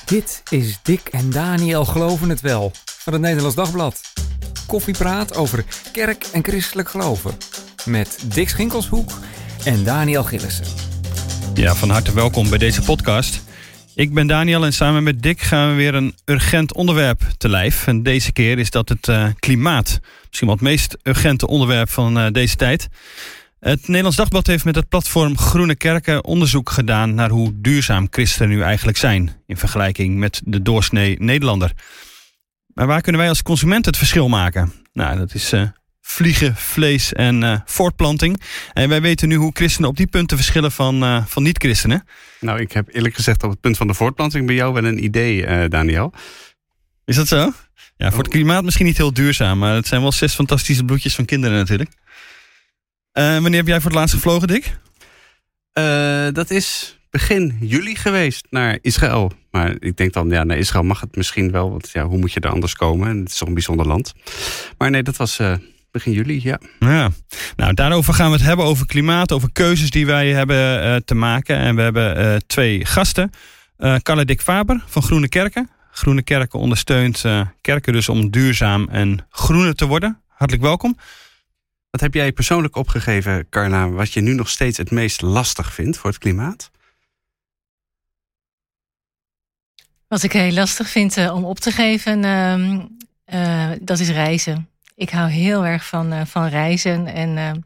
Dit is Dick en Daniel Geloven het Wel van het Nederlands Dagblad. Koffiepraat over kerk en christelijk geloven. Met Dick Schinkelshoek en Daniel Gillissen. Ja, van harte welkom bij deze podcast. Ik ben Daniel en samen met Dick gaan we weer een urgent onderwerp te lijf. En deze keer is dat het klimaat. Misschien wel het meest urgente onderwerp van deze tijd. Het Nederlands Dagblad heeft met het platform Groene Kerken onderzoek gedaan naar hoe duurzaam christenen nu eigenlijk zijn in vergelijking met de doorsnee Nederlander. Maar waar kunnen wij als consument het verschil maken? Nou, dat is vliegen, vlees en voortplanting. En wij weten nu hoe christenen op die punten verschillen van niet-christenen. Nou, ik heb eerlijk gezegd op het punt van de voortplanting bij jou wel een idee, Daniel. Is dat zo? Ja, voor het klimaat misschien niet heel duurzaam, maar het zijn wel 6 fantastische bloedjes van kinderen natuurlijk. Wanneer heb jij voor het laatst gevlogen, Dick? Dat is begin juli geweest naar Israël. Maar ik denk dan, ja, naar Israël mag het misschien wel. Want ja, hoe moet je er anders komen? Het is toch een bijzonder land. Maar nee, dat was begin juli, ja. Ja. Nou, daarover gaan we het hebben, over klimaat, over keuzes die wij hebben te maken. En we hebben 2 gasten. Carla Dick Faber van Groene Kerken. Groene Kerken ondersteunt kerken dus om duurzaam en groener te worden. Hartelijk welkom. Wat heb jij persoonlijk opgegeven, Carla, wat je nu nog steeds het meest lastig vindt voor het klimaat? Wat ik heel lastig vind om op te geven, dat is reizen. Ik hou heel erg van reizen. En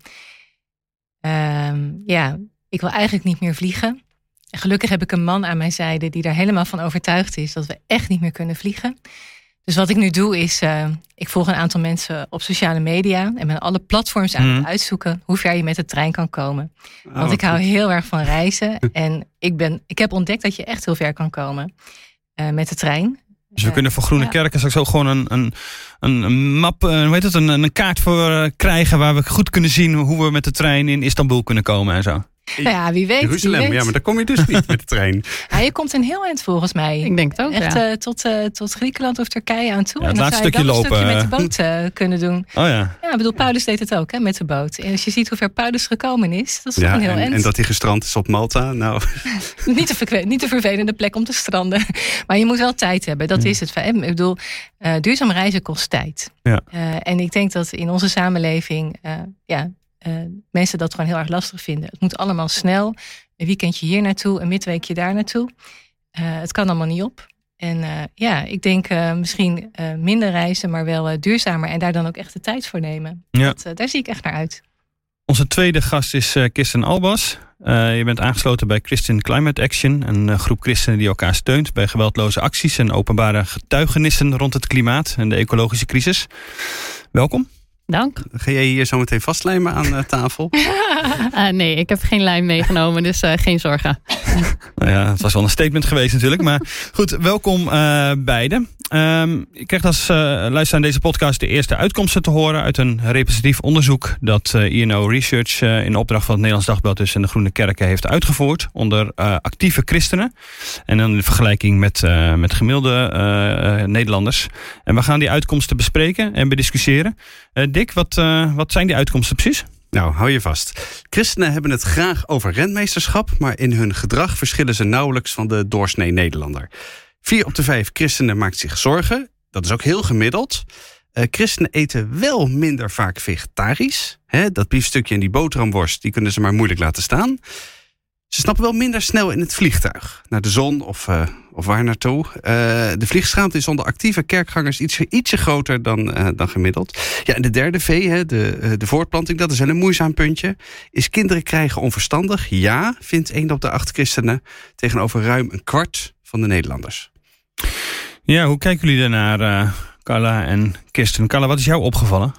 ik wil eigenlijk niet meer vliegen. En gelukkig heb ik een man aan mijn zijde die daar helemaal van overtuigd is dat we echt niet meer kunnen vliegen. Dus wat ik nu doe is, ik volg een aantal mensen op sociale media en ben alle platforms aan het uitzoeken hoe ver je met de trein kan komen. Want ik hou heel erg van reizen en ik heb ontdekt dat je echt heel ver kan komen met de trein. Dus we kunnen voor Groene Kerken straks ook gewoon een map, een kaart voor krijgen waar we goed kunnen zien hoe we met de trein in Istanbul kunnen komen en zo. Nou ja, wie weet. Jeruzalem, ja, maar daar kom je dus niet met de trein. Ja, je komt een heel eind volgens mij. Ik denk het ook, echt tot Griekenland of Turkije aan toe. Ja, en dan zou je dan een stukje met de boot kunnen doen. Oh ja. Ja, ik bedoel, Paulus deed het ook, hè, met de boot. En als je ziet hoe ver Paulus gekomen is, dat is toch een heel eind. En dat hij gestrand is op Malta, nou. niet de vervelende plek om te stranden. Maar je moet wel tijd hebben, dat is het. Ik bedoel, duurzaam reizen kost tijd. Ja. En ik denk dat in onze samenleving, mensen dat gewoon heel erg lastig vinden. Het moet allemaal snel. Een weekendje hier naartoe, een midweekje daar naartoe. Het kan allemaal niet op. En ik denk misschien minder reizen, maar wel duurzamer. En daar dan ook echt de tijd voor nemen. Ja. Daar zie ik echt naar uit. Onze tweede gast is Kirsten Albas. Je bent aangesloten bij Christian Climate Action. Een groep christenen die elkaar steunt bij geweldloze acties en openbare getuigenissen rond het klimaat en de ecologische crisis. Welkom. Dank. Ga jij hier zo meteen vastlijmen aan tafel? Nee, ik heb geen lijm meegenomen, dus geen zorgen. Nou ja, het was wel een statement geweest natuurlijk. Maar goed, welkom beiden. Je krijgt als luisteraar aan deze podcast de eerste uitkomsten te horen uit een representatief onderzoek dat INO Research in opdracht van het Nederlands Dagblad dus en de Groene Kerken heeft uitgevoerd onder actieve christenen. En dan in vergelijking met gemiddelde Nederlanders. En we gaan die uitkomsten bespreken en bediscussiëren. Dick, wat zijn die uitkomsten precies? Nou, hou je vast. Christenen hebben het graag over rentmeesterschap, maar in hun gedrag verschillen ze nauwelijks van de doorsnee Nederlander. 4 op de 5 christenen maakt zich zorgen. Dat is ook heel gemiddeld. Christenen eten wel minder vaak vegetarisch. Dat biefstukje en die boterhamworst, die kunnen ze maar moeilijk laten staan. Ze snappen wel minder snel in het vliegtuig. Naar de zon of waar naartoe. De vliegschaamte is onder actieve kerkgangers ietsje groter dan gemiddeld. Ja, en de derde V, de voortplanting, dat is wel een moeizaam puntje. Is kinderen krijgen onverstandig? Ja, vindt 1 op de 8 christenen. Tegenover ruim 1/4 van de Nederlanders. Ja, hoe kijken jullie daarnaar, Carla en Kirsten? Carla, wat is jou opgevallen?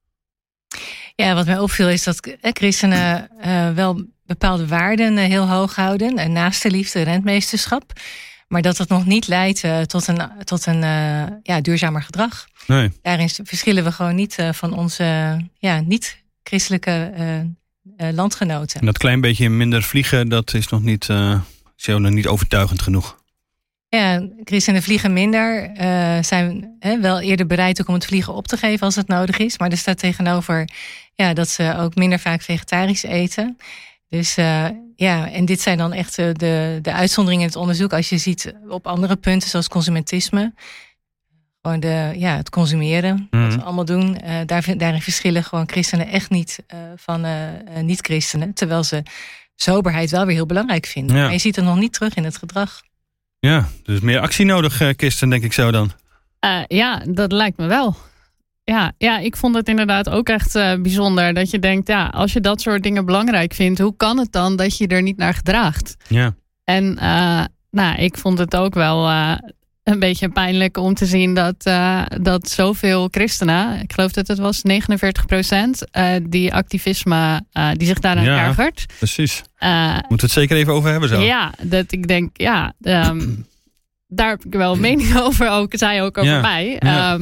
Ja, wat mij opviel is dat christenen wel bepaalde waarden heel hoog houden. Naastenliefde, rentmeesterschap. Maar dat dat nog niet leidt tot een duurzamer gedrag. Nee. Daarin verschillen we gewoon niet van onze niet-christelijke landgenoten. En dat klein beetje minder vliegen, dat is nog niet overtuigend genoeg. Ja, christenen vliegen minder. Zijn wel eerder bereid ook om het vliegen op te geven als het nodig is. Maar er staat tegenover dat ze ook minder vaak vegetarisch eten. Dus en dit zijn dan echt de uitzonderingen in het onderzoek. Als je ziet op andere punten, zoals consumentisme. Gewoon het consumeren, wat we allemaal doen. Daarin verschillen gewoon christenen echt niet van niet-christenen. Terwijl ze soberheid wel weer heel belangrijk vinden. Ja. Maar je ziet het nog niet terug in het gedrag. Ja, dus meer actie nodig, Kirsten, denk ik zo dan. Dat lijkt me wel. Ja, ik vond het inderdaad ook echt bijzonder. Dat je denkt, als je dat soort dingen belangrijk vindt, hoe kan het dan dat je er niet naar gedraagt? Ja. En ik vond het ook wel een beetje pijnlijk om te zien dat zoveel christenen, ik geloof dat het was 49%, die activisme, die zich daaraan ergert. Precies. Moeten we het zeker even over hebben zo. Ja, dat ik denk, daar heb ik wel een mening over, zij ook over mij. Ja.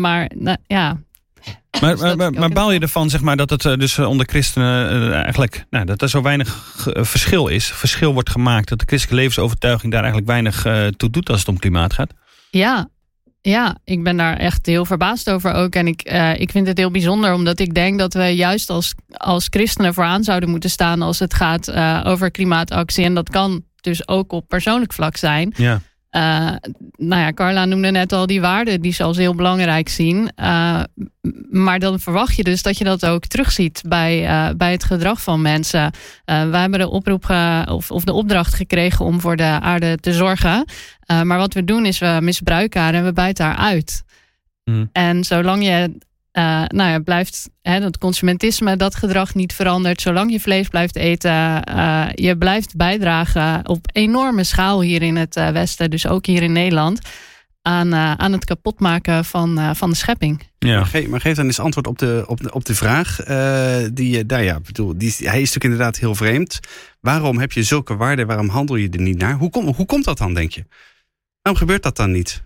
Maar baal je ervan, zeg maar, dat het dus onder christenen eigenlijk, dat er zo weinig verschil is. Verschil wordt gemaakt, dat de christelijke levensovertuiging daar eigenlijk weinig toe doet als het om klimaat gaat? Ja, ik ben daar echt heel verbaasd over ook. En ik vind het heel bijzonder, omdat ik denk dat we juist als christenen vooraan zouden moeten staan als het gaat over klimaatactie. En dat kan dus ook op persoonlijk vlak zijn. Ja. Carla noemde net al die waarden die ze als heel belangrijk zien. Maar dan verwacht je dus dat je dat ook terugziet bij het gedrag van mensen. We hebben de oproep of de opdracht gekregen om voor de aarde te zorgen. Maar wat we doen is we misbruiken haar en we buiten haar uit. En zolang je blijft, dat consumentisme, dat gedrag niet verandert. Zolang je vlees blijft eten, je blijft bijdragen op enorme schaal hier in het Westen, dus ook hier in Nederland, aan het kapotmaken van de schepping. Ja. Maar geef dan eens antwoord op de vraag. Hij is natuurlijk inderdaad heel vreemd. Waarom heb je zulke waarden? Waarom handel je er niet naar? Hoe komt dat dan, denk je? Waarom gebeurt dat dan niet?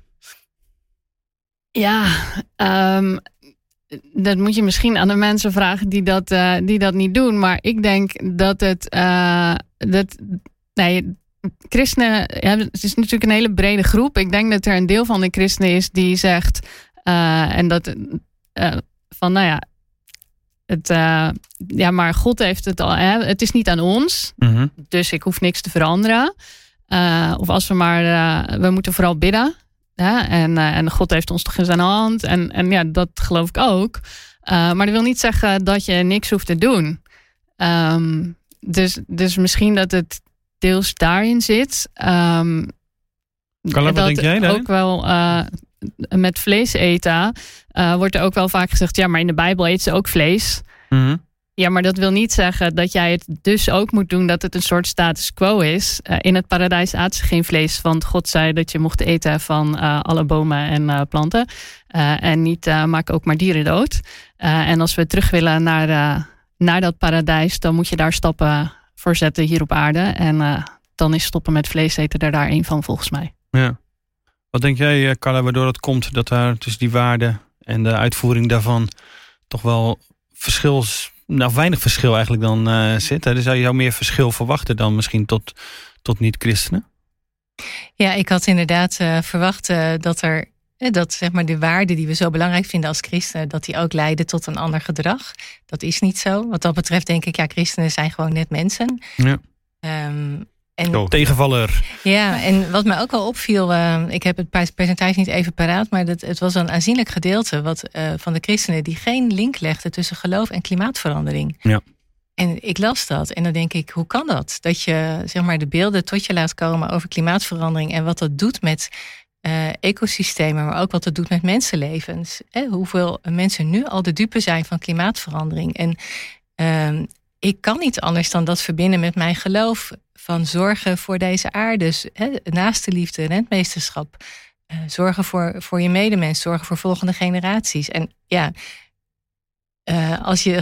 Ja, dat moet je misschien aan de mensen vragen die dat niet doen. Maar ik denk dat christenen, het is natuurlijk een hele brede groep. Ik denk dat er een deel van de christenen is die zegt maar God heeft het al. Het is niet aan ons, dus ik hoef niks te veranderen. Of als we moeten vooral bidden. Ja, en God heeft ons toch in zijn hand. En dat geloof ik ook. Maar dat wil niet zeggen dat je niks hoeft te doen. Dus misschien dat het deels daarin zit. Carla, wat denk jij daarin? Ook wel met vlees eten wordt er ook wel vaak gezegd, ja, maar in de Bijbel eet ze ook vlees. Mm-hmm. Ja, maar dat wil niet zeggen dat jij het dus ook moet doen, dat het een soort status quo is. In het paradijs aten ze geen vlees, want God zei dat je mocht eten van alle bomen en planten. En niet maak ook maar dieren dood. En als we terug willen naar dat paradijs, dan moet je daar stappen voor zetten hier op aarde. En dan is stoppen met vlees eten er daar één van, volgens mij. Ja. Wat denk jij, Carla, waardoor het komt dat daar tussen die waarden en de uitvoering daarvan toch wel weinig verschil eigenlijk dan zit? Dus zou je meer verschil verwachten dan misschien tot niet-christenen? Ja, ik had inderdaad verwacht dat zeg maar de waarden die we zo belangrijk vinden als christenen, dat die ook leiden tot een ander gedrag. Dat is niet zo. Wat dat betreft denk ik, christenen zijn gewoon net mensen. Ja. Tegenvaller. Ja, en wat mij ook wel opviel, ik heb het percentage niet even paraat, maar het was een aanzienlijk gedeelte van de christenen die geen link legden tussen geloof en klimaatverandering. Ja. En ik las dat en dan denk ik, hoe kan dat? Dat je zeg maar de beelden tot je laat komen over klimaatverandering en wat dat doet met ecosystemen, maar ook wat het doet met mensenlevens. Hoeveel mensen nu al de dupe zijn van klimaatverandering. En ik kan niet anders dan dat verbinden met mijn geloof van zorgen voor deze aarde. Dus naaste liefde, rentmeesterschap. Zorgen voor je medemens, zorgen voor volgende generaties. En ja, als je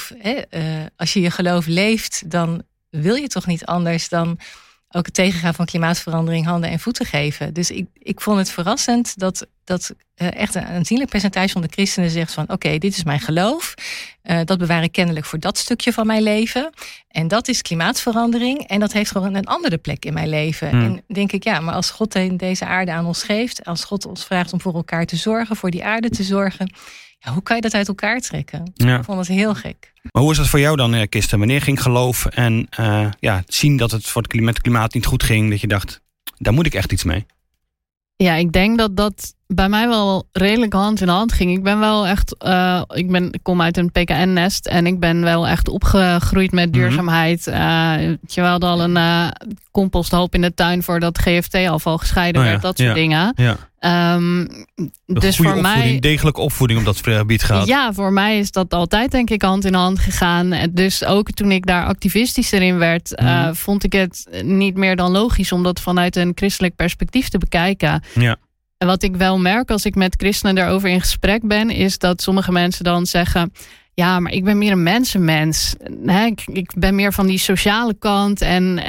je geloof leeft, dan wil je toch niet anders dan ook het tegengaan van klimaatverandering handen en voeten geven. Dus ik vond het verrassend dat echt een aanzienlijk percentage van de christenen zegt van oké, dit is mijn geloof. Dat bewaar ik kennelijk voor dat stukje van mijn leven. En dat is klimaatverandering. En dat heeft gewoon een andere plek in mijn leven. En denk ik, maar als God deze aarde aan ons geeft, als God ons vraagt om voor elkaar te zorgen, voor die aarde te zorgen, hoe kan je dat uit elkaar trekken? Ja. Ik vond het heel gek. Maar hoe is dat voor jou dan, Kirsten? Wanneer ging geloof en zien dat het met het klimaat niet goed ging, dat je dacht, daar moet ik echt iets mee? Ja, ik denk dat bij mij wel redelijk hand in hand ging. Ik ben wel echt, ik kom uit een PKN-nest en ik ben wel echt opgegroeid met duurzaamheid. Je had al een composthoop in de tuin voordat GFT-afval gescheiden werd, dat soort dingen. Ja. Dus voor mij degelijke opvoeding op dat gebied gehad. Ja, voor mij is dat altijd denk ik hand in hand gegaan. Dus ook toen ik daar activistisch erin werd, vond ik het niet meer dan logisch om dat vanuit een christelijk perspectief te bekijken. Ja. En wat ik wel merk als ik met christenen daarover in gesprek ben, is dat sommige mensen dan zeggen, ja, maar ik ben meer een mensenmens. Ik ben meer van die sociale kant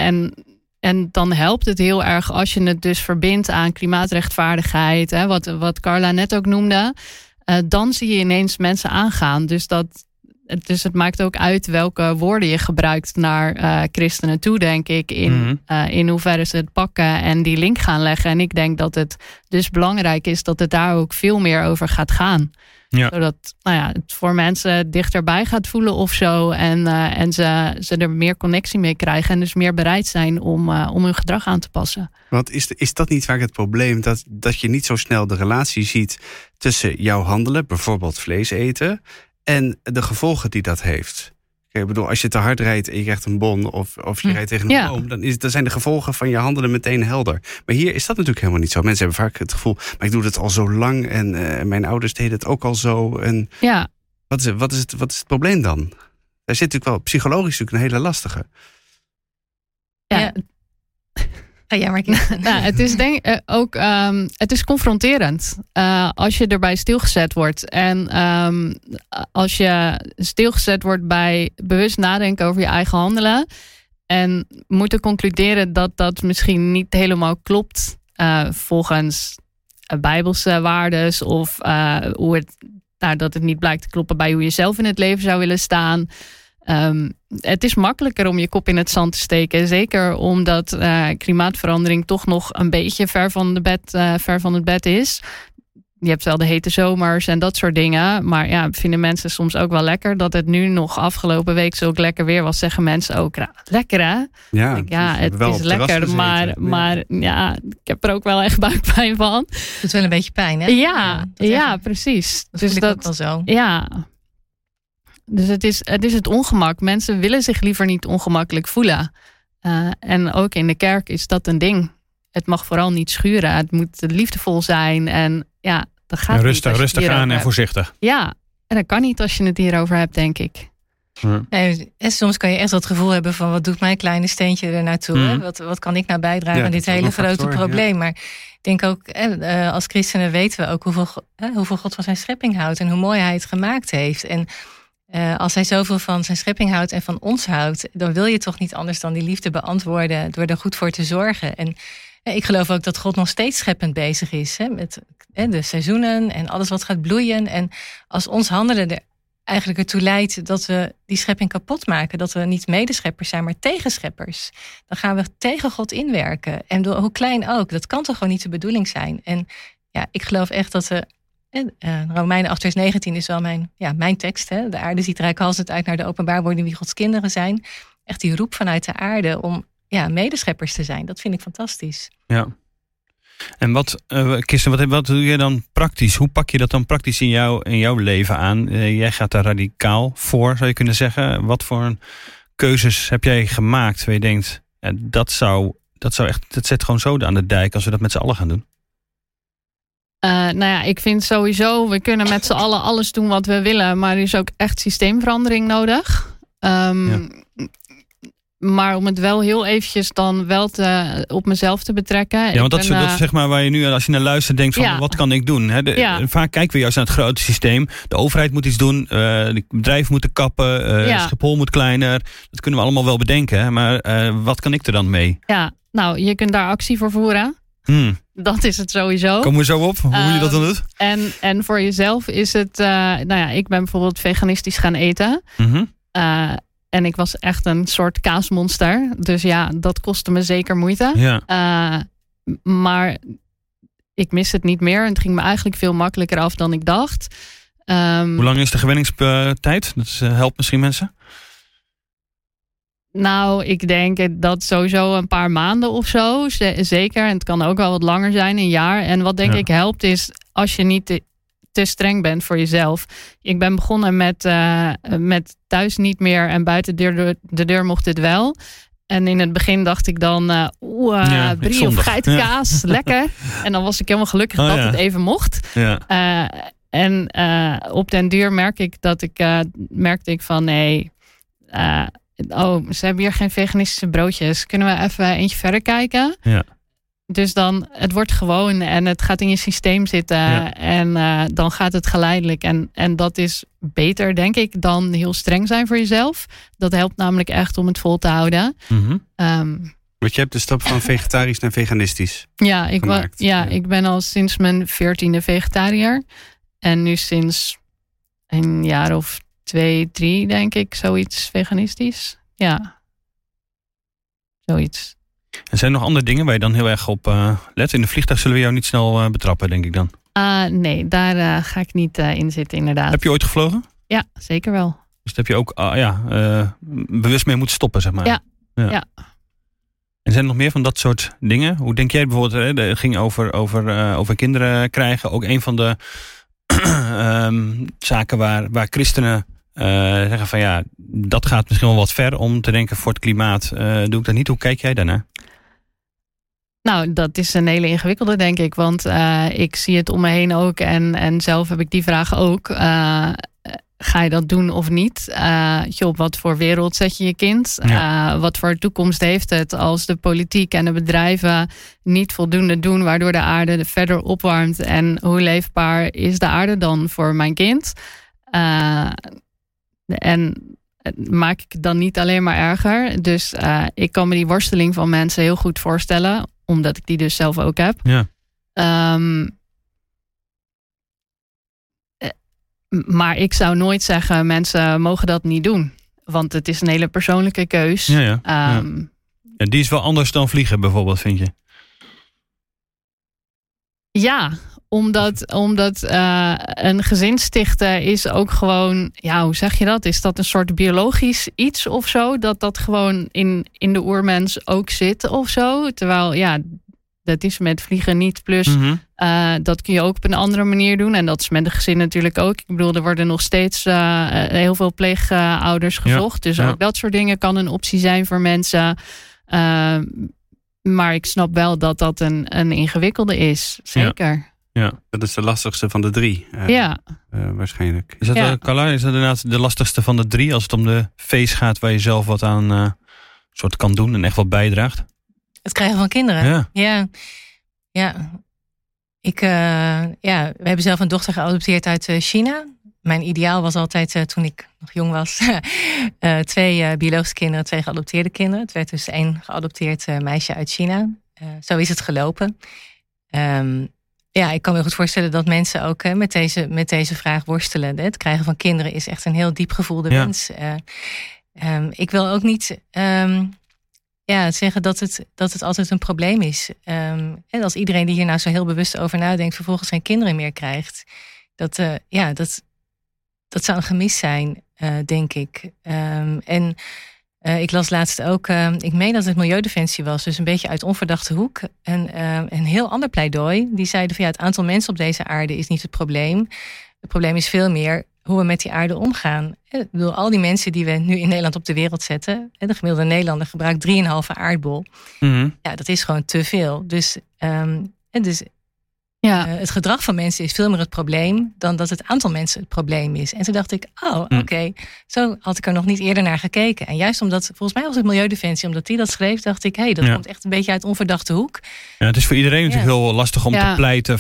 en dan helpt het heel erg als je het dus verbindt aan klimaatrechtvaardigheid, wat Carla net ook noemde. Dan zie je ineens mensen aangaan. Dus het maakt ook uit welke woorden je gebruikt naar christenen toe, denk ik. In hoeverre ze het pakken en die link gaan leggen. En ik denk dat het dus belangrijk is dat het daar ook veel meer over gaat gaan. Ja. Zodat het voor mensen dichterbij gaat voelen of zo. En ze er meer connectie mee krijgen. En dus meer bereid zijn om hun gedrag aan te passen. Want is dat niet vaak het probleem? Dat je niet zo snel de relatie ziet tussen jouw handelen, bijvoorbeeld vlees eten, en de gevolgen die dat heeft. Ik bedoel, als je te hard rijdt en je krijgt een bon of je rijdt tegen een boom, dan zijn de gevolgen van je handelen meteen helder. Maar hier is dat natuurlijk helemaal niet zo. Mensen hebben vaak het gevoel, maar ik doe het al zo lang en mijn ouders deden het ook al zo. En wat is het probleem dan? Daar zit natuurlijk wel psychologisch natuurlijk een hele lastige. Ja. Ja, maar het is het is confronterend als je erbij stilgezet wordt. En als je stilgezet wordt bij bewust nadenken over je eigen handelen en moeten concluderen dat dat misschien niet helemaal klopt volgens bijbelse waardes of dat het niet blijkt te kloppen bij hoe je zelf in het leven zou willen staan. Het is makkelijker om je kop in het zand te steken. Zeker omdat klimaatverandering toch nog een beetje ver van het bed is. Je hebt wel de hete zomers en dat soort dingen. Maar vinden mensen soms ook wel lekker dat het nu nog afgelopen week zo lekker weer was. Zeggen mensen ook, lekker hè? Ja, het is lekker. Maar ik heb er ook wel echt buikpijn van. Het doet wel een beetje pijn hè? Ja, precies. Dat dus ook wel zo. Ja. Dus het is het ongemak. Mensen willen zich liever niet ongemakkelijk voelen. En ook in de kerk is dat een ding. Het mag vooral niet schuren. Het moet liefdevol zijn. En dat gaat rustig aan en voorzichtig. Ja, en dat kan niet als je het hierover hebt, denk ik. Nee, soms kan je echt het gevoel hebben van wat doet mijn kleine steentje er naartoe? Wat kan ik nou bijdragen aan dit hele grote probleem? Maar ik denk ook, als christenen weten we ook hoeveel God van zijn schepping houdt en hoe mooi hij het gemaakt heeft. En als hij zoveel van zijn schepping houdt en van ons houdt, dan wil je toch niet anders dan die liefde beantwoorden door er goed voor te zorgen. En ik geloof ook dat God nog steeds scheppend bezig is met de seizoenen en alles wat gaat bloeien. En als ons handelen er eigenlijk ertoe leidt dat we die schepping kapot maken, dat we niet medescheppers zijn, maar tegenscheppers, dan gaan we tegen God inwerken. En hoe klein ook, dat kan toch gewoon niet de bedoeling zijn. En ik geloof echt dat we Romeinen 8 vers 19 is wel mijn tekst. Hè? De aarde ziet reikhalzend uit naar de openbaarwording wie Gods kinderen zijn. Echt die roep vanuit de aarde om medescheppers te zijn. Dat vind ik fantastisch. Ja. En Kirsten, wat doe je dan praktisch? Hoe pak je dat dan praktisch in jouw leven aan? Jij gaat daar radicaal voor, zou je kunnen zeggen. Wat voor keuzes heb jij gemaakt waar je denkt, dat zet gewoon zo aan de dijk als we dat met z'n allen gaan doen? Ik vind sowieso, we kunnen met z'n allen alles doen wat we willen, maar er is ook echt systeemverandering nodig. Maar om het wel heel eventjes dan wel op mezelf te betrekken. Ja, want dat is zeg maar waar je nu, als je naar luistert, denkt van wat kan ik doen? Vaak kijken we juist naar het grote systeem. De overheid moet iets doen, de bedrijven moeten kappen, Schiphol moet kleiner. Dat kunnen we allemaal wel bedenken, maar wat kan ik er dan mee? Ja, nou, je kunt daar actie voor voeren. Dat is het sowieso. Komen we zo op, hoe je dat dan doet? En voor jezelf is het, ik ben bijvoorbeeld veganistisch gaan eten. En ik was echt een soort kaasmonster. Dus dat kostte me zeker moeite. Ja. Maar ik mis het niet meer. En het ging me eigenlijk veel makkelijker af dan ik dacht. Hoe lang is de gewenningstijd? Dat helpt misschien mensen. Nou, ik denk dat sowieso een paar maanden of zo. Zeker. En het kan ook wel wat langer zijn, een jaar. En wat denk ik helpt is als je niet te streng bent voor jezelf. Ik ben begonnen met thuis niet meer en buiten de deur mocht het wel. En in het begin dacht ik dan, brie of geitenkaas, lekker. En dan was ik helemaal gelukkig dat het even mocht. Ja. En op den duur merkte ik van nee, ze hebben hier geen veganistische broodjes. Kunnen we even eentje verder kijken? Ja. Dus dan, het wordt gewoon en het gaat in je systeem zitten. Ja. En dan gaat het geleidelijk. En dat is beter, denk ik, dan heel streng zijn voor jezelf. Dat helpt namelijk echt om het vol te houden. Mm-hmm. Want je hebt de stap van vegetarisch naar veganistisch gemaakt. Ik ben al sinds mijn 14e vegetariër. En nu sinds een jaar of 2, 3, denk ik, zoiets veganistisch. Ja, zoiets. En zijn er nog andere dingen waar je dan heel erg op let? In de vliegtuig zullen we jou niet snel betrappen, denk ik dan. Nee, daar ga ik niet in zitten, inderdaad. Heb je ooit gevlogen? Ja, zeker wel. Dus daar heb je ook bewust mee moeten stoppen, zeg maar. Ja. En zijn er nog meer van dat soort dingen? Hoe denk jij bijvoorbeeld, het ging over kinderen krijgen. Ook een van de zaken waar christenen zeggen van dat gaat misschien wel wat ver om te denken voor het klimaat. Doe ik dat niet? Hoe kijk jij daarnaar? Nou, dat is een hele ingewikkelde, denk ik. Want ik zie het om me heen ook. En zelf heb ik die vraag ook. Ga je dat doen of niet? Op wat voor wereld zet je je kind? Ja. Wat voor toekomst heeft het als de politiek en de bedrijven niet voldoende doen, waardoor de aarde verder opwarmt? En hoe leefbaar is de aarde dan voor mijn kind? En maak ik het dan niet alleen maar erger? Dus ik kan me die worsteling van mensen heel goed voorstellen, omdat ik die dus zelf ook heb. Ja. Maar ik zou nooit zeggen, mensen mogen dat niet doen. Want het is een hele persoonlijke keus. Ja, die is wel anders dan vliegen bijvoorbeeld, vind je? Ja, omdat een gezin stichten is ook gewoon, hoe zeg je dat? Is dat een soort biologisch iets of zo? Dat gewoon in de oermens ook zit of zo? Terwijl, dat is met vliegen niet. Plus, dat kun je ook op een andere manier doen. En dat is met de gezin natuurlijk ook. Ik bedoel, er worden nog steeds heel veel pleegouders gezocht. Dus ook dat soort dingen kan een optie zijn voor mensen. Maar ik snap wel dat een ingewikkelde is. Zeker. Ja, dat is de lastigste van de 3. Waarschijnlijk. Is dat, Carla, is dat inderdaad de lastigste van de 3... als het om de feest gaat waar je zelf wat aan soort kan doen en echt wat bijdraagt? Het krijgen van kinderen? Ja. We hebben zelf een dochter geadopteerd uit China. Mijn ideaal was altijd, toen ik nog jong was, 2 biologische kinderen, 2 geadopteerde kinderen. Het werd dus 1 geadopteerd meisje uit China. Zo is het gelopen. Ik kan me goed voorstellen dat mensen ook met deze vraag worstelen. Het krijgen van kinderen is echt een heel diep gevoelde wens. Ik wil ook niet zeggen dat het altijd een probleem is. En als iedereen die hier nou zo heel bewust over nadenkt, vervolgens geen kinderen meer krijgt, dat zou een gemis zijn, denk ik. Ik las laatst ook, ik meen dat het Milieudefensie was, dus een beetje uit onverdachte hoek. Een heel ander pleidooi. Die zeiden van het aantal mensen op deze aarde is niet het probleem. Het probleem is veel meer hoe we met die aarde omgaan. Ik bedoel, al die mensen die we nu in Nederland op de wereld zetten. De gemiddelde Nederlander gebruikt 3,5 aardbol. Mm-hmm. Ja, dat is gewoon te veel. Dus het gedrag van mensen is veel meer het probleem dan dat het aantal mensen het probleem is. En toen dacht ik, oké, zo had ik er nog niet eerder naar gekeken. En juist omdat, volgens mij was het Milieudefensie, omdat die dat schreef, dacht ik, dat komt echt een beetje uit onverdachte hoek. Ja, het is voor iedereen natuurlijk heel lastig om te pleiten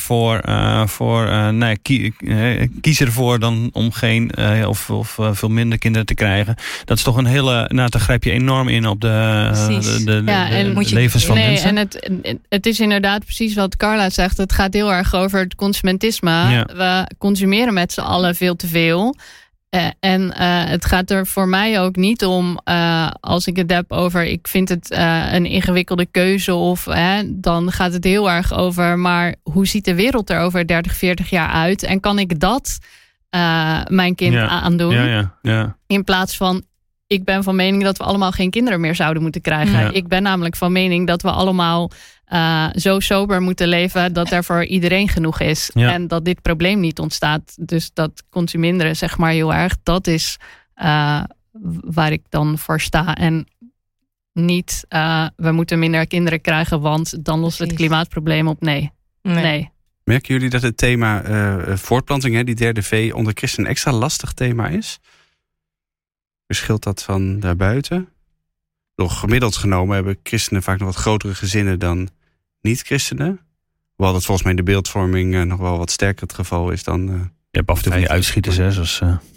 kies ervoor dan om geen of veel minder kinderen te krijgen. Dat is toch een hele, daar grijp je enorm in op de levens van mensen. En het is inderdaad precies wat Carla zegt. Het gaat heel erg over het consumentisme. Ja. We consumeren met z'n allen veel te veel. Het gaat er voor mij ook niet om, als ik het heb over, ik vind het een ingewikkelde keuze dan gaat het heel erg over, maar hoe ziet de wereld er over 30, 40 jaar uit? En kan ik dat mijn kind aandoen. Ja. In plaats van, ik ben van mening dat we allemaal geen kinderen meer zouden moeten krijgen. Ja. Ik ben namelijk van mening dat we allemaal zo sober moeten leven dat er voor iedereen genoeg is. Ja. En dat dit probleem niet ontstaat. Dus dat consuminderen, zeg maar heel erg, dat is waar ik dan voor sta. En niet, we moeten minder kinderen krijgen, want dan lossen we het klimaatprobleem op. Nee. Merken jullie dat het thema voortplanting, die derde V, onder christenen een extra lastig thema is? Verschilt dat van daarbuiten? Nog gemiddeld genomen hebben christenen vaak nog wat grotere gezinnen dan niet-christenen. Hoewel dat volgens mij in de beeldvorming nog wel wat sterker het geval is dan... Je hebt af en toe van die uitschieters, hè, zoals...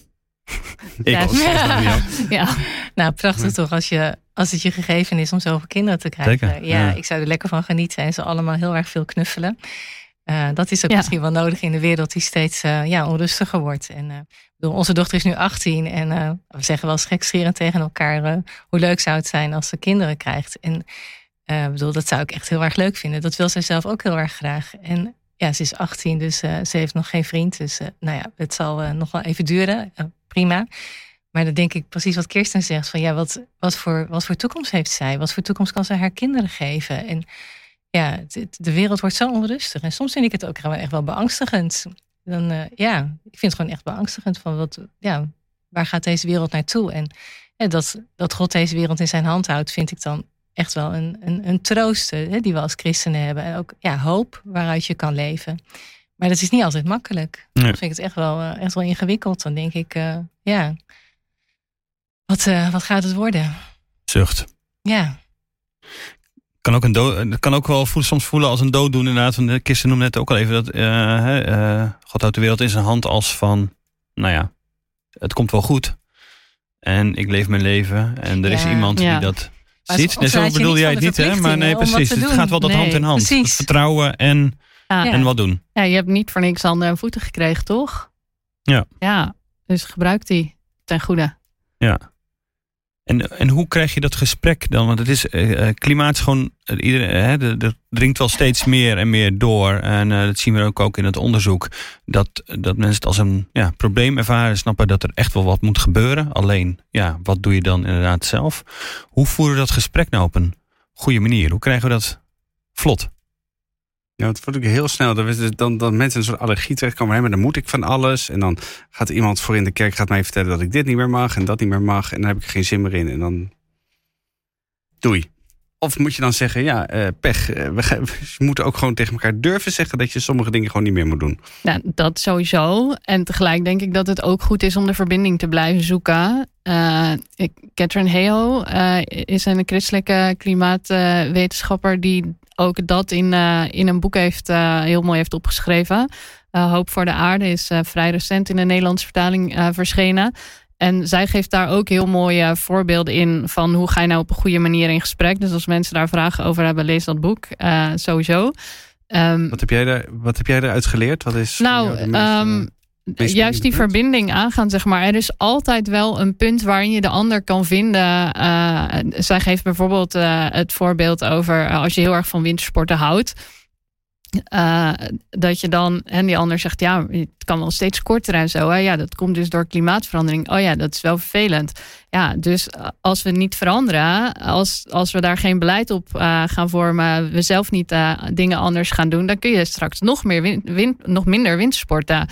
Ja. Nou, prachtig toch als het je gegeven is om zoveel kinderen te krijgen. Zeker, ja, ik zou er lekker van genieten en ze allemaal heel erg veel knuffelen. Dat is ook misschien wel nodig in de wereld die steeds onrustiger wordt. En onze dochter is nu 18 en we zeggen wel eens gekscherend tegen elkaar... hoe leuk zou het zijn als ze kinderen krijgt. En dat zou ik echt heel erg leuk vinden. Dat wil zij zelf ook heel erg graag. En ja, ze is 18, dus ze heeft nog geen vriend. Dus het zal nog wel even duren. Prima. Maar dan denk ik precies wat Kirsten zegt. Van wat voor toekomst heeft zij? Wat voor toekomst kan zij haar kinderen geven? En ja, de wereld wordt zo onrustig. En soms vind ik het ook echt wel beangstigend. Dan, ik vind het gewoon echt beangstigend. Van waar gaat deze wereld naartoe? En dat God deze wereld in zijn hand houdt, vind ik dan echt wel een troost die we als christenen hebben. En ook hoop waaruit je kan leven. Maar dat is niet altijd makkelijk. Nee. Dan vind ik het echt wel ingewikkeld. Dan denk ik, wat gaat het worden? Zucht. Ja. Het kan ook wel soms voelen als een dooddoen inderdaad. Want de Kirsten noemde net ook al even dat God houdt de wereld in zijn hand als van, het komt wel goed. En ik leef mijn leven. En er is iemand die dat ziet. Nee, zo bedoelde jij het niet, hè? Maar nee, precies. Het gaat wel dat hand in hand. Het vertrouwen en wat doen. Ja, je hebt niet voor niks handen en voeten gekregen, toch? Ja. Ja, dus gebruik die ten goede. Ja. En hoe krijg je dat gesprek dan? Want het is klimaat is gewoon... er dringt wel steeds meer en meer door. En dat zien we ook in het onderzoek. Dat mensen het als een probleem ervaren. Snappen dat er echt wel wat moet gebeuren. Alleen, wat doe je dan inderdaad zelf? Hoe voeren we dat gesprek nou op een goede manier? Hoe krijgen we dat vlot? Ja, het wordt ook heel snel. Dat mensen een soort allergie terechtkomen. Maar dan moet ik van alles. En dan gaat iemand voor in de kerk mij vertellen dat ik dit niet meer mag en dat niet meer mag. En dan heb ik er geen zin meer in. En dan doei. Of moet je dan zeggen, pech. We moeten ook gewoon tegen elkaar durven zeggen dat je sommige dingen gewoon niet meer moet doen. Nou, dat sowieso. En tegelijk denk ik dat het ook goed is om de verbinding te blijven zoeken. Catherine Hayhoe is een christelijke klimaatwetenschapper die ook dat in een boek heel mooi heeft opgeschreven. Hoop voor de aarde is vrij recent in de Nederlandse vertaling verschenen. En zij geeft daar ook heel mooie voorbeelden in van hoe ga je nou op een goede manier in gesprek. Dus als mensen daar vragen over hebben, lees dat boek sowieso. Wat heb jij eruit geleerd? Wat is juist die verbinding aangaan, zeg maar. Er is altijd wel een punt waarin je de ander kan vinden. Zij geeft bijvoorbeeld het voorbeeld over als je heel erg van wintersporten houdt. Dat je dan, en die ander zegt, het kan wel steeds korter en zo. Hè? Ja, dat komt dus door klimaatverandering. Oh ja, dat is wel vervelend. Ja, dus als we niet veranderen, als we daar geen beleid op gaan vormen, we zelf niet dingen anders gaan doen, dan kun je straks nog minder wintersporten.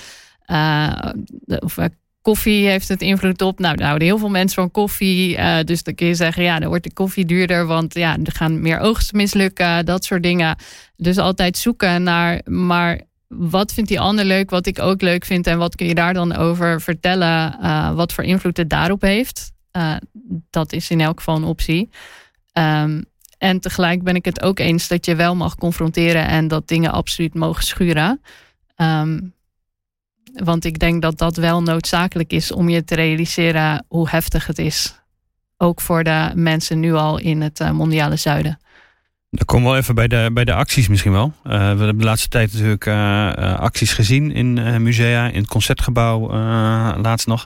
Koffie heeft het invloed op. Nou, daar houden heel veel mensen van koffie. Dus dan kun je zeggen, dan wordt de koffie duurder. Want er gaan meer oogsten mislukken. Dat soort dingen. Dus altijd zoeken naar, maar wat vindt die ander leuk? Wat ik ook leuk vind. En wat kun je daar dan over vertellen? Wat voor invloed het daarop heeft? Dat is in elk geval een optie. En tegelijk ben ik het ook eens dat je wel mag confronteren. En dat dingen absoluut mogen schuren. Want ik denk dat dat wel noodzakelijk is om je te realiseren hoe heftig het is. Ook voor de mensen nu al in het mondiale zuiden. Dan komen we wel even bij de acties misschien wel. We hebben de laatste tijd natuurlijk acties gezien in musea, in het Concertgebouw laatst nog.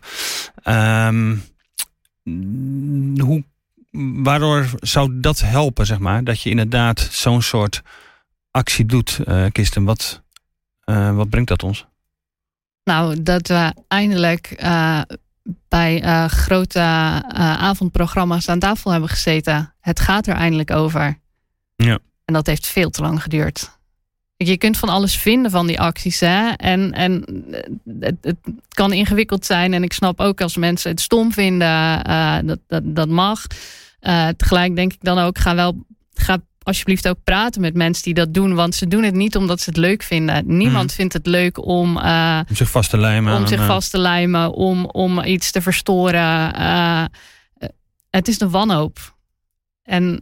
Waardoor zou dat helpen, zeg maar? Dat je inderdaad zo'n soort actie doet, Kirsten. Wat brengt dat ons? Nou, dat we eindelijk bij grote avondprogramma's aan tafel hebben gezeten. Het gaat er eindelijk over. Ja. En dat heeft veel te lang geduurd. Je kunt van alles vinden van die acties. Hè? En het kan ingewikkeld zijn. En ik snap ook als mensen het stom vinden. Dat mag. Tegelijk denk ik dan ook, ga alsjeblieft ook praten met mensen die dat doen. Want ze doen het niet omdat ze het leuk vinden. Niemand vindt het leuk om zich vast te lijmen. Om iets te verstoren. Het is de wanhoop. En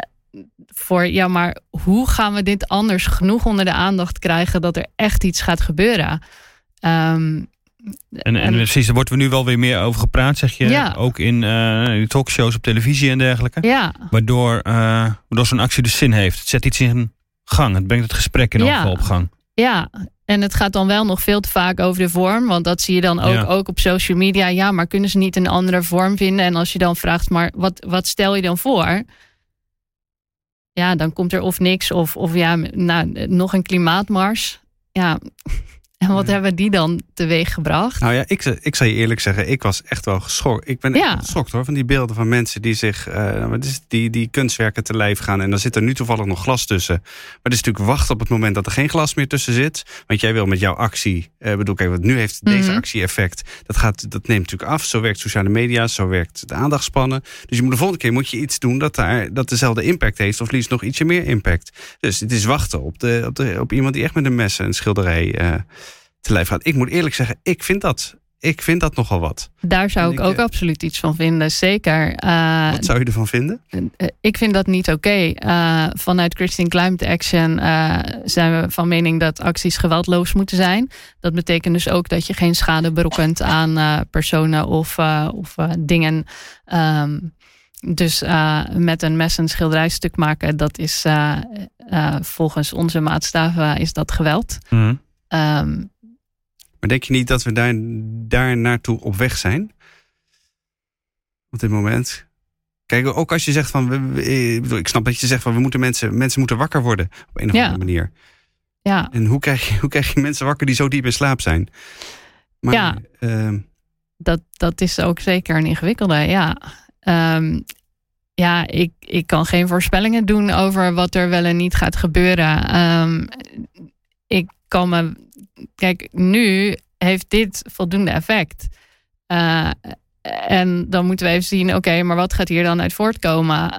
maar hoe gaan we dit anders genoeg onder de aandacht krijgen dat er echt iets gaat gebeuren? En precies, daar wordt we nu wel weer meer over gepraat, zeg je. Ja. Ook in talkshows op televisie en dergelijke. Ja. Waardoor zo'n actie dus zin heeft. Het zet iets in gang. Het brengt het gesprek in elk geval op gang. Ja, en het gaat dan wel nog veel te vaak over de vorm. Want dat zie je dan ook op social media. Ja, maar kunnen ze niet een andere vorm vinden? En als je dan vraagt, maar wat stel je dan voor? Ja, dan komt er of niks of nog een klimaatmars. Ja, en wat hebben die dan teweeg gebracht? Nou ja, ik zal je eerlijk zeggen, ik was echt wel geschokt. Ik ben echt geschokt hoor, van die beelden van mensen die zich die kunstwerken te lijf gaan. En dan zit er nu toevallig nog glas tussen. Maar het is natuurlijk wachten op het moment dat er geen glas meer tussen zit. Want jij wil met jouw actie, want nu heeft deze actie effect. Dat neemt natuurlijk af. Zo werkt sociale media, zo werkt de aandachtspannen. Dus de volgende keer moet je iets doen dat dezelfde impact heeft. Of liefst nog ietsje meer impact. Dus het is wachten op iemand die echt met een mes en een schilderij te lijf gaat. Ik moet eerlijk zeggen, ik vind dat nogal wat. Daar zou ik ook absoluut iets van vinden, zeker. Wat zou je ervan vinden? Ik vind dat niet oké. Vanuit Christian Climate Action zijn we van mening dat acties geweldloos moeten zijn. Dat betekent dus ook dat je geen schade berokkent aan personen of dingen. Dus met een mes een schilderijstuk maken, dat is volgens onze maatstaven is dat geweld. Maar denk je niet dat we daar naartoe op weg zijn? Op dit moment. Kijk, ook als je zegt van... Ik snap dat je zegt van we moeten mensen moeten wakker worden. Op een of andere manier. Ja. En hoe krijg je mensen wakker die zo diep in slaap zijn? Maar, dat is ook zeker een ingewikkelde, ja. Ik kan geen voorspellingen doen over wat er wel en niet gaat gebeuren. Ik kan me... Kijk, nu heeft dit voldoende effect. En dan moeten we even zien, oké, maar wat gaat hier dan uit voortkomen?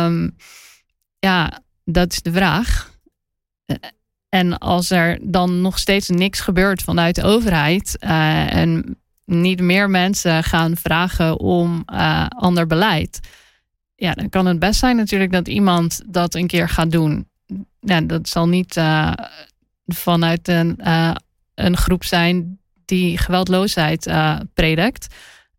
Dat is de vraag. En als er dan nog steeds niks gebeurt vanuit de overheid en niet meer mensen gaan vragen om ander beleid, dan kan het best zijn natuurlijk dat iemand dat een keer gaat doen. Ja, dat zal niet vanuit een groep zijn die geweldloosheid predikt.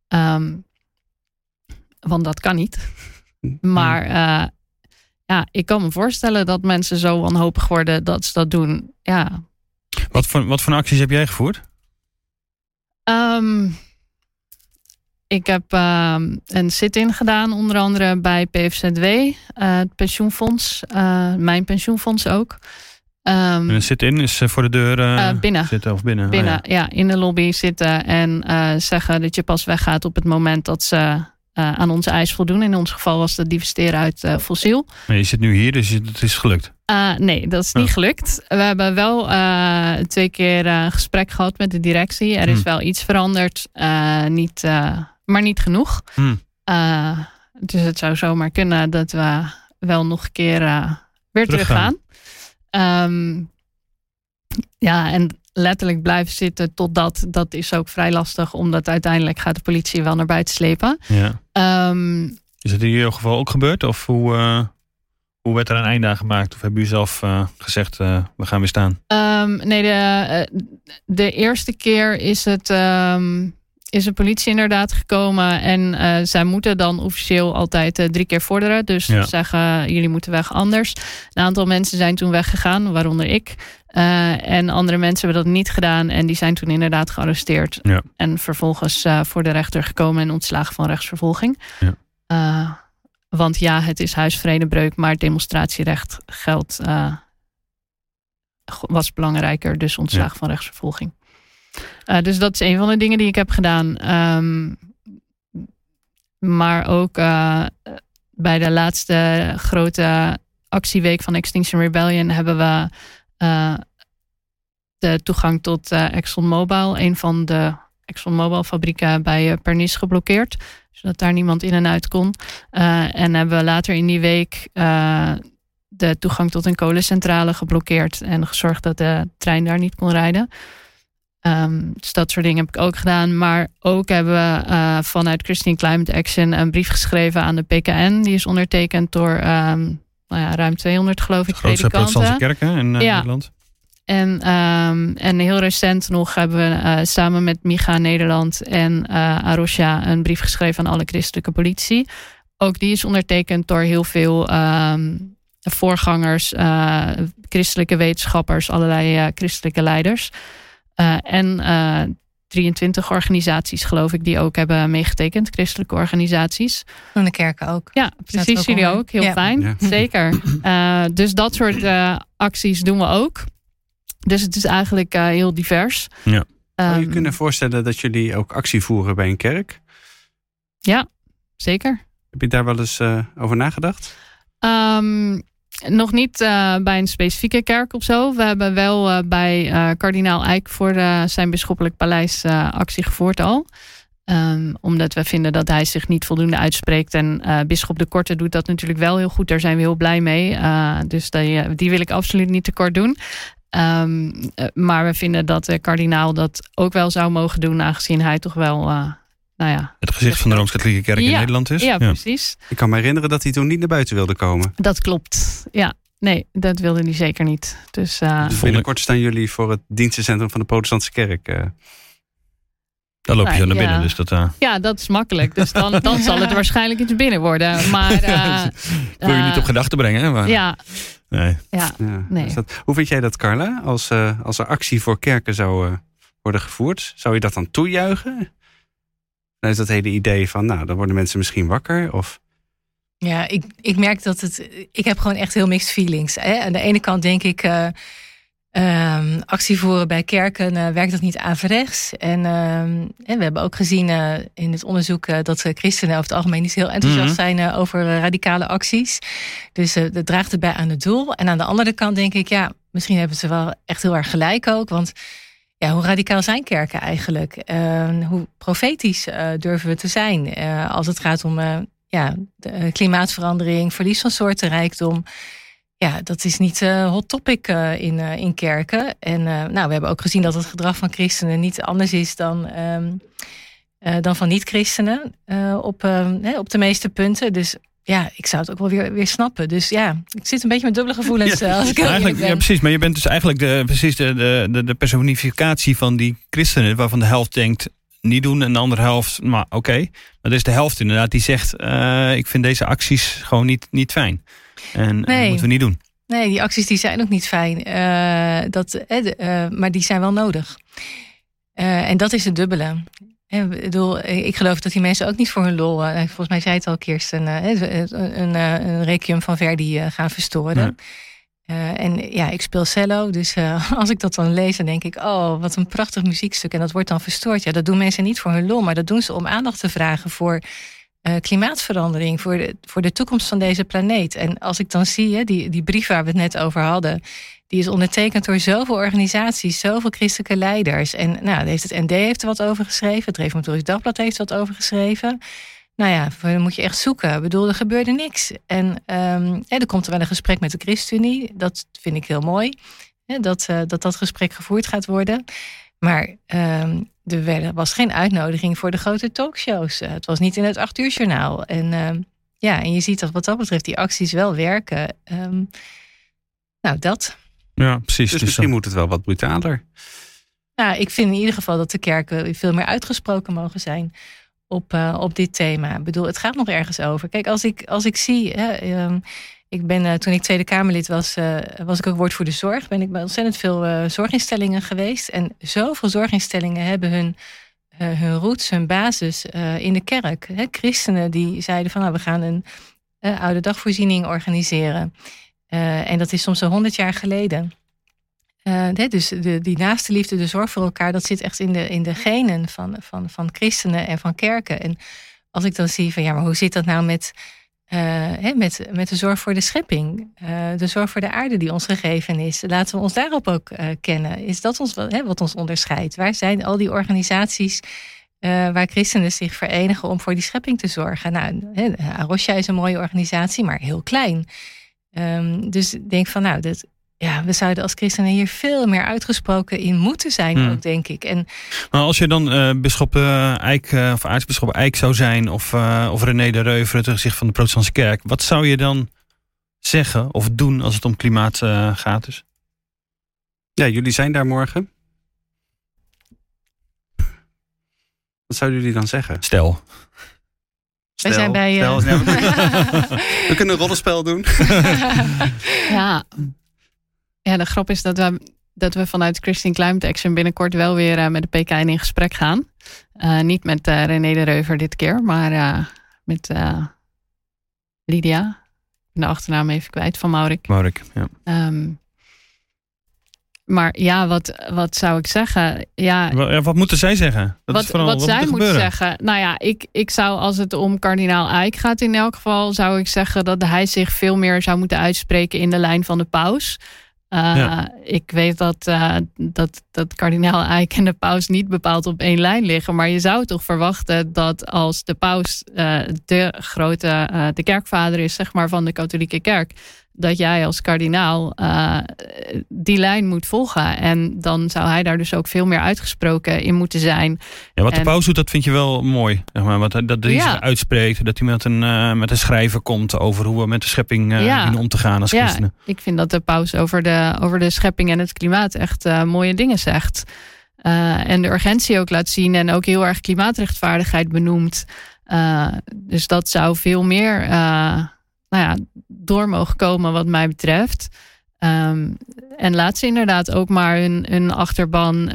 Want dat kan niet. Maar ik kan me voorstellen dat mensen zo wanhopig worden dat ze dat doen. Ja. Wat voor acties heb jij gevoerd? Ik heb een sit-in gedaan, onder andere bij PFZW, het pensioenfonds, mijn pensioenfonds ook. En een sit-in is voor de deur binnen. Zitten of binnen? Binnen, in de lobby zitten en zeggen dat je pas weggaat op het moment dat ze aan onze eis voldoen. In ons geval was dat divesteren uit fossiel. Maar je zit nu hier, dus het is gelukt? Nee, dat is niet gelukt. We hebben wel 2 keer een gesprek gehad met de directie. Er is wel iets veranderd, maar niet genoeg. Dus het zou zomaar kunnen dat we wel nog een keer weer terug gaan. En letterlijk blijven zitten totdat, dat is ook vrij lastig, omdat uiteindelijk gaat de politie wel naar buiten slepen. Ja. Is het in jouw geval ook gebeurd? Of hoe werd er een einde aan gemaakt? Of hebben jullie zelf gezegd, we gaan weer staan? Nee, de eerste keer is de politie inderdaad gekomen. En zij moeten dan officieel altijd 3 keer vorderen. Dus zeggen, jullie moeten weg anders. Een aantal mensen zijn toen weggegaan, waaronder ik. En andere mensen hebben dat niet gedaan. En die zijn toen inderdaad gearresteerd. Ja. En vervolgens voor de rechter gekomen en ontslagen van rechtsvervolging. Ja. Want het is huisvredebreuk, maar het demonstratierecht was belangrijker. Dus ontslagen van rechtsvervolging. Dus dat is een van de dingen die ik heb gedaan. Maar ook bij de laatste grote actieweek van Extinction Rebellion hebben we de toegang tot ExxonMobil, een van de ExxonMobil fabrieken bij Pernis, geblokkeerd. Zodat daar niemand in en uit kon. En hebben we later in die week de toegang tot een kolencentrale geblokkeerd. En gezorgd dat de trein daar niet kon rijden. Dus dat soort dingen heb ik ook gedaan. Maar ook hebben we vanuit Christian Climate Action een brief geschreven aan de PKN. Die is ondertekend door ruim 200, geloof ik, grootste protestantse kerken in Nederland. En heel recent nog hebben we samen met MIGA Nederland en Arosha een brief geschreven aan alle christelijke politie. Ook die is ondertekend door heel veel voorgangers, christelijke wetenschappers, allerlei christelijke leiders. En 23 organisaties, geloof ik, die ook hebben meegetekend, christelijke organisaties. Van de kerken ook. Ja, precies, jullie ook. Heel fijn, Ja. zeker. Dus dat soort acties doen we ook. Dus het is eigenlijk heel divers. Ja. Zou je kunnen voorstellen dat jullie ook actie voeren bij een kerk? Ja, zeker. Heb je daar wel eens over nagedacht? Nog niet bij een specifieke kerk of zo. We hebben wel bij kardinaal Eijk voor zijn bisschoppelijk paleis actie gevoerd al. Omdat we vinden dat hij zich niet voldoende uitspreekt. En bisschop de Korte doet dat natuurlijk wel heel goed. Daar zijn we heel blij mee. Dus die wil ik absoluut niet tekort doen. Maar we vinden dat de kardinaal dat ook wel zou mogen doen, aangezien hij toch wel het gezicht van de Rooms-Katholieke Kerk in Nederland is. Ja, precies. Ik kan me herinneren dat hij toen niet naar buiten wilde komen. Dat klopt. Ja, nee, dat wilde hij zeker niet. Dus binnenkort staan jullie voor het dienstencentrum van de Protestantse Kerk. Daar loop je zo naar binnen. Dus dat, Ja, dat is makkelijk. Dus dan zal het waarschijnlijk iets binnen worden. Maar wil je niet op gedachten brengen, hè? Maar, ja. Nee. Ja, nee. Hoe vind jij dat, Carla? Als er actie voor kerken zou worden gevoerd, zou je dat dan toejuichen? Dan is dat hele idee van, dan worden mensen misschien wakker? Of... Ja, ik merk dat ik heb gewoon echt heel mixed feelings. Hè? Aan de ene kant denk ik, actie voeren bij kerken werkt dat niet averechts. En we hebben ook gezien in het onderzoek dat christenen over het algemeen niet heel enthousiast zijn over radicale acties. Dus dat draagt het bij aan het doel. En aan de andere kant denk ik, misschien hebben ze wel echt heel erg gelijk ook. Want hoe radicaal zijn kerken eigenlijk? Hoe profetisch durven we te zijn als het gaat om de klimaatverandering, verlies van soortenrijkdom? Ja, dat is niet hot topic in kerken. En we hebben ook gezien dat het gedrag van christenen niet anders is dan van niet-christenen op de meeste punten. Dus ja, ik zou het ook wel weer snappen. Dus ja, ik zit een beetje met dubbele gevoelens. Als ik eigenlijk, ben. Ja, precies. Maar je bent dus eigenlijk de personificatie van die christenen, waarvan de helft denkt niet doen en de andere helft, maar oké. Maar er is de helft inderdaad die zegt, ik vind deze acties gewoon niet fijn. En dat moeten we niet doen. Nee, die acties die zijn ook niet fijn. Maar die zijn wel nodig. En dat is het dubbele. Ik geloof dat die mensen ook niet voor hun lol, volgens mij zei het al Kirsten, een requiem van Verdi gaan verstoren. Ja. Ik speel cello, dus als ik dat dan lees, dan denk ik, oh, wat een prachtig muziekstuk. En dat wordt dan verstoord. Ja, dat doen mensen niet voor hun lol, maar dat doen ze om aandacht te vragen voor klimaatverandering, voor de toekomst van deze planeet. En als ik dan zie, die brief waar we het net over hadden, die is ondertekend door zoveel organisaties, zoveel christelijke leiders. En het ND heeft er wat over geschreven, het Reformatorisch Dagblad heeft er wat over geschreven. Dan moet je echt zoeken. Ik bedoel, er gebeurde niks. En er komt er wel een gesprek met de ChristenUnie. Dat vind ik heel mooi. Dat gesprek gevoerd gaat worden. Maar er was geen uitnodiging voor de grote talkshows. Het was niet in het 8 uur journaal. En je ziet dat wat dat betreft die acties wel werken. Dat. Ja, precies. Dus misschien moet het wel wat brutaler. Ik vind in ieder geval dat de kerken veel meer uitgesproken mogen zijn op dit thema. Ik bedoel, het gaat nog ergens over. Kijk, als ik zie, ik ben toen ik Tweede Kamerlid was ik ook woordvoerder zorg. Ben ik bij ontzettend veel zorginstellingen geweest. En zoveel zorginstellingen hebben hun roots, hun basis in de kerk. Christenen die zeiden van, we gaan een oude dagvoorziening organiseren. En dat is soms al 100 jaar geleden. Dus die naaste liefde, de zorg voor elkaar, dat zit echt in de genen van christenen en van kerken. En als ik dan zie van maar hoe zit dat nou met de zorg voor de schepping, de zorg voor de aarde die ons gegeven is. Laten we ons daarop ook kennen. Is dat ons wat ons onderscheidt? Waar zijn al die organisaties waar christenen zich verenigen om voor die schepping te zorgen? Nou, Arosha is een mooie organisatie, maar heel klein. Dus ik denk van we zouden als christenen hier veel meer uitgesproken in moeten zijn ook, denk ik. Maar als je dan bisschop Eijk of aartsbisschop Eijk zou zijn of René de Reuver, het gezicht van de protestantse kerk, wat zou je dan zeggen of doen als het om klimaat gaat dus? Ja, jullie zijn daar morgen. Wat zouden jullie dan zeggen? Stel. Wij zijn bij... We kunnen een rollenspel doen. Ja, de grap is dat we vanuit Christian Climate Action binnenkort wel weer met de PKN in gesprek gaan. Niet met René de Reuver dit keer, maar met Lydia. Ik ben de achternaam even kwijt, van Maurik. Maurik, ja. Maar ja, wat zou ik zeggen? Wat moeten zij zeggen? Wat zij moeten zeggen? Nou ja, ik zou, als het om kardinaal Eijk gaat in elk geval, zou ik zeggen dat hij zich veel meer zou moeten uitspreken in de lijn van de paus. Ik weet dat kardinaal Eijk en de paus niet bepaald op één lijn liggen. Maar je zou toch verwachten dat als de paus de kerkvader is, zeg maar, van de katholieke kerk, dat jij als kardinaal die lijn moet volgen. En dan zou hij daar dus ook veel meer uitgesproken in moeten zijn. Ja, wat de paus doet, dat vind je wel mooi. Zeg maar, dat hij zich uitspreekt. Dat hij met een schrijver komt over hoe we met de schepping dienen om te gaan als christenen. Ik vind dat de paus over de schepping en het klimaat echt mooie dingen zegt. En de urgentie ook laat zien. En ook heel erg klimaatrechtvaardigheid benoemt. Dus dat zou veel meer door mogen komen wat mij betreft. En laat ze inderdaad ook maar hun achterban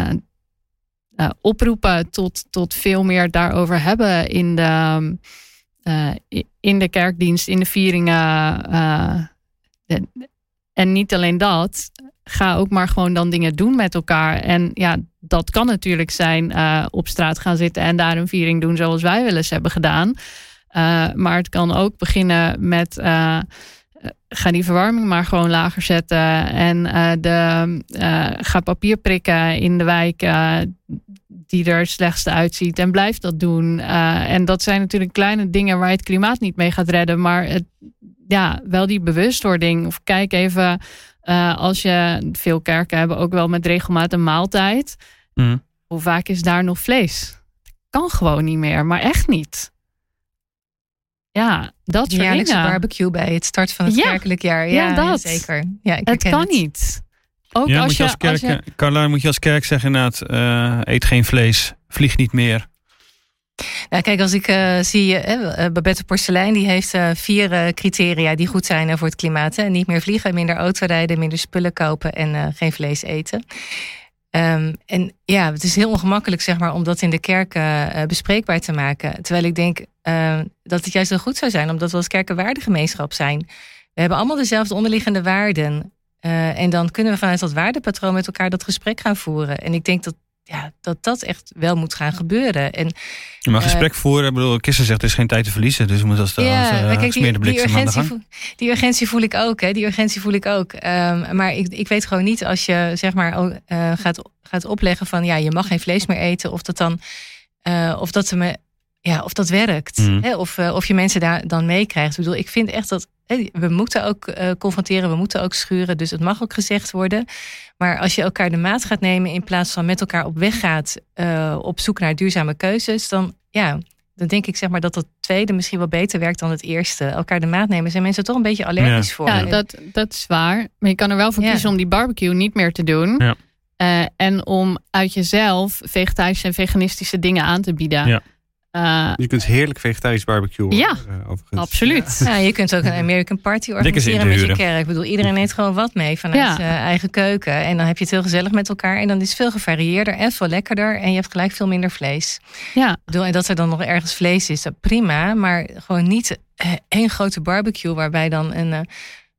oproepen tot veel meer daarover hebben in de kerkdienst, in de vieringen. En niet alleen dat, ga ook maar gewoon dan dingen doen met elkaar. En ja, dat kan natuurlijk zijn op straat gaan zitten en daar een viering doen zoals wij wel eens hebben gedaan. Maar het kan ook beginnen met ga die verwarming maar gewoon lager zetten. En ga papier prikken in de wijk die er het slechtste uitziet. En blijf dat doen. En dat zijn natuurlijk kleine dingen waar je het klimaat niet mee gaat redden. Maar wel die bewustwording. Of kijk even, als je veel kerken hebben ook wel met regelmaat een maaltijd. Hoe vaak is daar nog vlees? Dat kan gewoon niet meer, maar echt niet. Ja, dat soort dingen. Jaarlijkse barbecue bij het start van het kerkelijk jaar. Ja, dat. Zeker. Ja, het kan niet. Ook Carla, moet je als kerk zeggen inderdaad, eet geen vlees, vlieg niet meer. Nou, kijk, als ik zie, Babette Porcelein, die heeft 4 criteria die goed zijn voor het klimaat. Hè. Niet meer vliegen, minder autorijden, minder spullen kopen en geen vlees eten. En ja, het is heel ongemakkelijk, zeg maar, om dat in de kerk bespreekbaar te maken. Terwijl ik denk dat het juist heel goed zou zijn, omdat we als kerk een waardegemeenschap zijn. We hebben allemaal dezelfde onderliggende waarden. En dan kunnen we vanuit dat waardepatroon met elkaar dat gesprek gaan voeren. En ik denk dat echt wel moet gaan gebeuren. En, je mag gesprek voeren. Ik bedoel, Kirsten zegt, er is geen tijd te verliezen. Dus we moeten als gesmeerde bliksem aan de gang. Die urgentie voel ik ook. Die urgentie voel ik ook. Maar ik weet gewoon niet, als je zeg maar gaat opleggen van je mag geen vlees meer eten. Of dat dan of dat werkt. Hè? Of je mensen daar dan meekrijgt. Ik bedoel, ik vind echt dat we moeten ook confronteren, we moeten ook schuren. Dus het mag ook gezegd worden. Maar als je elkaar de maat gaat nemen in plaats van met elkaar op weg gaat op zoek naar duurzame keuzes, dan denk ik zeg maar dat tweede misschien wel beter werkt dan het eerste. Elkaar de maat nemen, zijn mensen toch een beetje allergisch voor. Ja, dat is waar. Maar je kan er wel voor kiezen om die barbecue niet meer te doen. Ja. En om uit jezelf vegetarische en veganistische dingen aan te bieden. Ja. Je kunt heerlijk vegetarisch barbecuen. Ja, absoluut. Ja, je kunt ook een American Party organiseren met je kerk. Ik bedoel, iedereen neemt gewoon wat mee vanuit zijn eigen keuken. En dan heb je het heel gezellig met elkaar. En dan is het veel gevarieerder en veel lekkerder. En je hebt gelijk veel minder vlees. Ja. En dat er dan nog ergens vlees is, dat prima. Maar gewoon niet één grote barbecue waarbij dan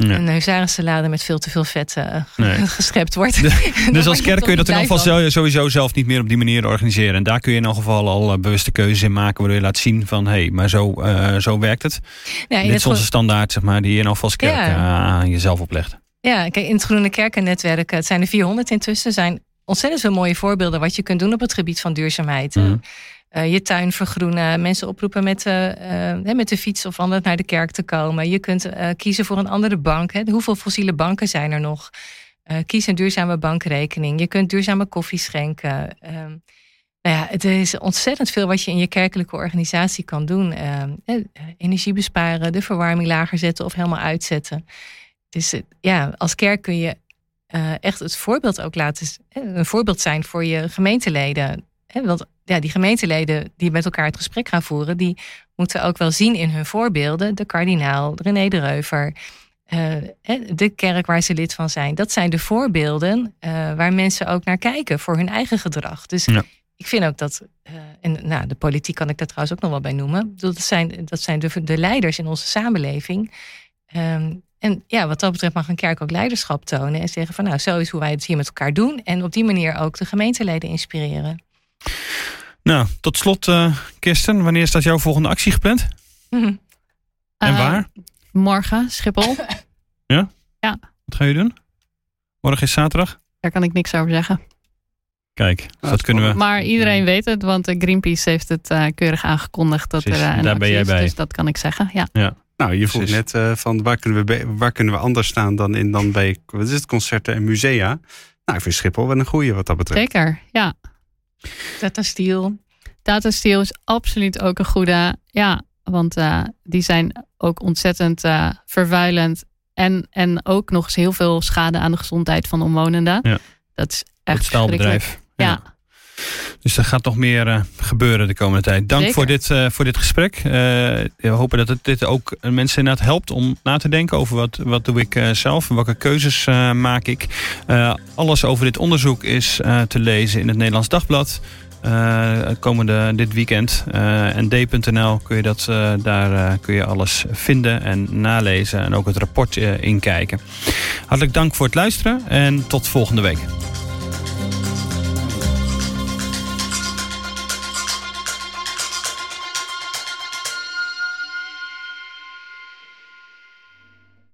een huzarensalade met veel te veel vet geschept wordt. Dus als kerk kun je dat in ieder geval sowieso zelf niet meer op die manier organiseren. En daar kun je in ieder geval al bewuste keuzes in maken, waardoor je laat zien van, maar zo werkt het. Ja, dit is onze standaard, zeg maar, die je in ieder geval als kerk aan jezelf oplegt. Ja, kijk, in het Groene Kerkennetwerk, het zijn er 400 intussen, zijn ontzettend veel mooie voorbeelden wat je kunt doen op het gebied van duurzaamheid. Je tuin vergroenen, mensen oproepen met de fiets of wandelend naar de kerk te komen. Je kunt kiezen voor een andere bank. Hoeveel fossiele banken zijn er nog? Kies een duurzame bankrekening. Je kunt duurzame koffie schenken. Het is ontzettend veel wat je in je kerkelijke organisatie kan doen. Energie besparen, de verwarming lager zetten of helemaal uitzetten. Dus als kerk kun je echt het voorbeeld ook een voorbeeld zijn voor je gemeenteleden. Want die gemeenteleden die met elkaar het gesprek gaan voeren, die moeten ook wel zien in hun voorbeelden. De kardinaal, René de Reuver, de kerk waar ze lid van zijn. Dat zijn de voorbeelden waar mensen ook naar kijken voor hun eigen gedrag. Dus ik vind ook dat, de politiek kan ik daar trouwens ook nog wel bij noemen. Dat zijn de leiders in onze samenleving. En wat dat betreft mag een kerk ook leiderschap tonen en zeggen van zo is hoe wij het hier met elkaar doen. En op die manier ook de gemeenteleden inspireren. Nou, tot slot, Kirsten, wanneer staat jouw volgende actie gepland? En waar? Morgen, Schiphol. Ja? Ja. Wat ga je doen? Morgen is zaterdag? Daar kan ik niks over zeggen. Kijk, dat kunnen we. Maar iedereen weet het, want Greenpeace heeft het keurig aangekondigd dat er een daar ben jij is, bij. Dus dat kan ik zeggen, ja. Nou, je vroeg net van waar kunnen we anders staan dan bij concerten en musea. Nou, ik vind Schiphol wel een goeie wat dat betreft. Zeker, ja. Tata Steel is absoluut ook een goede. Ja, want die zijn ook ontzettend vervuilend. En ook nog eens heel veel schade aan de gezondheid van omwonenden. Ja. Dat is echt staalbedrijf. Ja. Dus er gaat nog meer gebeuren de komende tijd. Dank voor dit gesprek. We hopen dat dit ook mensen inderdaad helpt om na te denken over wat doe ik zelf en welke keuzes maak ik. Alles over dit onderzoek is te lezen in het Nederlands Dagblad. Dit weekend. nd.nl kun je daar kun je alles vinden en nalezen en ook het rapport inkijken. Hartelijk dank voor het luisteren en tot volgende week.